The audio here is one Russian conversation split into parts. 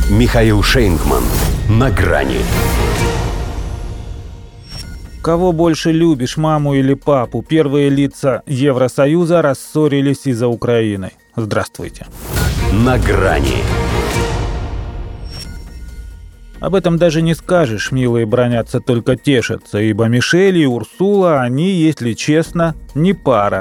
Михаил Шейнгман. На грани. Кого больше любишь, маму или папу? Первые лица Евросоюза рассорились из-за Украины. Здравствуйте. На грани. Об этом даже не скажешь, милые бранятся, только тешатся, ибо Мишель и Урсула, они, если честно, не пара.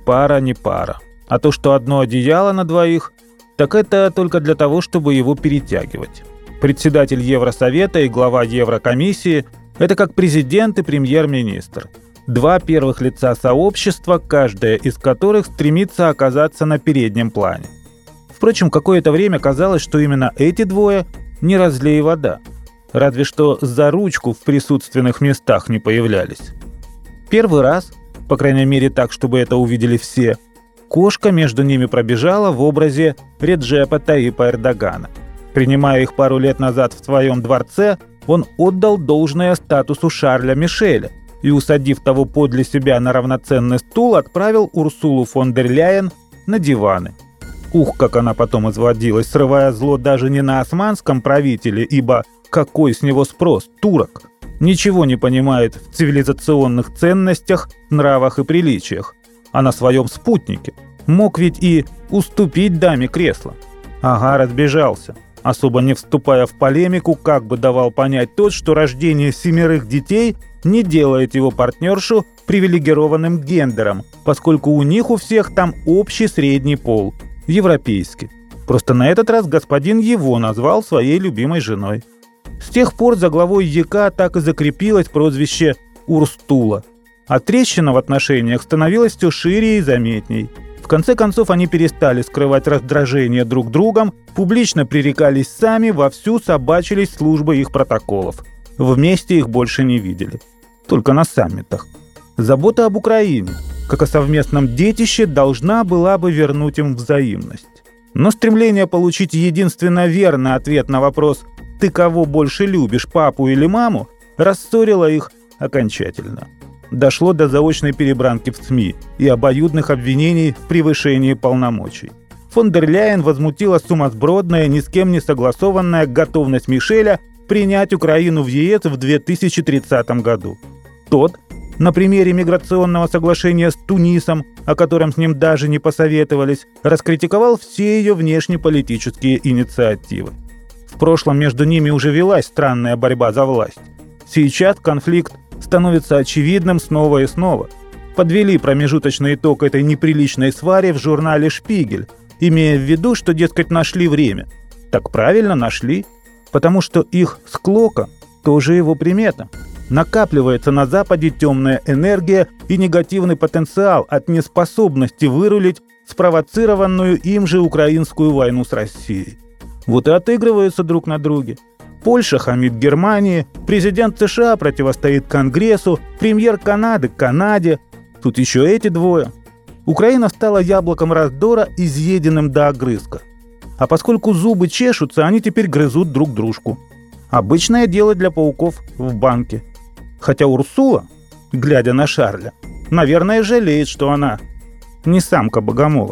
А то, что одно одеяло на двоих, так это только для того, чтобы его перетягивать. Председатель Евросовета и глава Еврокомиссии – это как президент и премьер-министр. Два первых лица сообщества, каждая из которых стремится оказаться на переднем плане. Впрочем, какое-то время казалось, что именно эти двое не разлей вода. Разве что за ручку в присутственных местах не появлялись. Первый раз, по крайней мере так, чтобы это увидели все, кошка между ними пробежала в образе Реджепа Таyyипа Эрдогана. Принимая их пару лет назад в своем дворце, он отдал должное статусу Шарля Мишеля и, усадив того подле себя на равноценный стул, отправил Урсулу фон дер Ляйен на диваны. Ух, как она потом изводилась, срывая зло даже не на османском правителе, ибо какой с него спрос, турок? Ничего не понимает в цивилизационных ценностях, нравах и приличиях. А на своем спутнике мог ведь и уступить даме кресло. Ага, разбежался, особо не вступая в полемику, как бы давал понять тот, что рождение 7 детей не делает его партнершу привилегированным гендером, поскольку у них у всех там общий средний пол, европейский. Просто на этот раз господин его назвал своей любимой женой. С тех пор за главой ЕК так и закрепилось прозвище Урстула. А трещина в отношениях становилась все шире и заметней. В конце концов они перестали скрывать раздражение друг другом, публично пререкались сами, вовсю собачились службы их протоколов. Вместе их больше не видели. Только на саммитах. Забота об Украине, как о совместном детище, должна была бы вернуть им взаимность. Но стремление получить единственно верный ответ на вопрос «ты кого больше любишь, папу или маму?» рассорило их окончательно. Дошло до заочной перебранки в СМИ и обоюдных обвинений в превышении полномочий. Фон дер Ляйен возмутила сумасбродная, ни с кем не согласованная готовность Мишеля принять Украину в ЕС в 2030 году. Тот, на примере миграционного соглашения с Тунисом, о котором с ним даже не посоветовались, раскритиковал все ее внешнеполитические инициативы. В прошлом между ними уже велась странная борьба за власть. Сейчас конфликт становится очевидным снова и снова. Подвели промежуточный итог этой неприличной сваре в журнале «Шпигель», имея в виду, что, дескать, нашли время. Так правильно, нашли. Потому что их склока тоже его примета. Накапливается на Западе темная энергия и негативный потенциал от неспособности вырулить спровоцированную им же украинскую войну с Россией. Вот и отыгрываются друг на друге. Польша хамит Германии, президент США противостоит Конгрессу, премьер Канады – Канаде. Тут еще эти двое. Украина стала яблоком раздора, изъеденным до огрызка. А поскольку зубы чешутся, они теперь грызут друг дружку. Обычное дело для пауков в банке. Хотя Урсула, глядя на Шарля, наверное, жалеет, что она не самка богомола.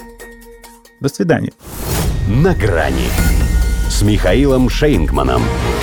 До свидания. На грани с Михаилом Шейнгманом.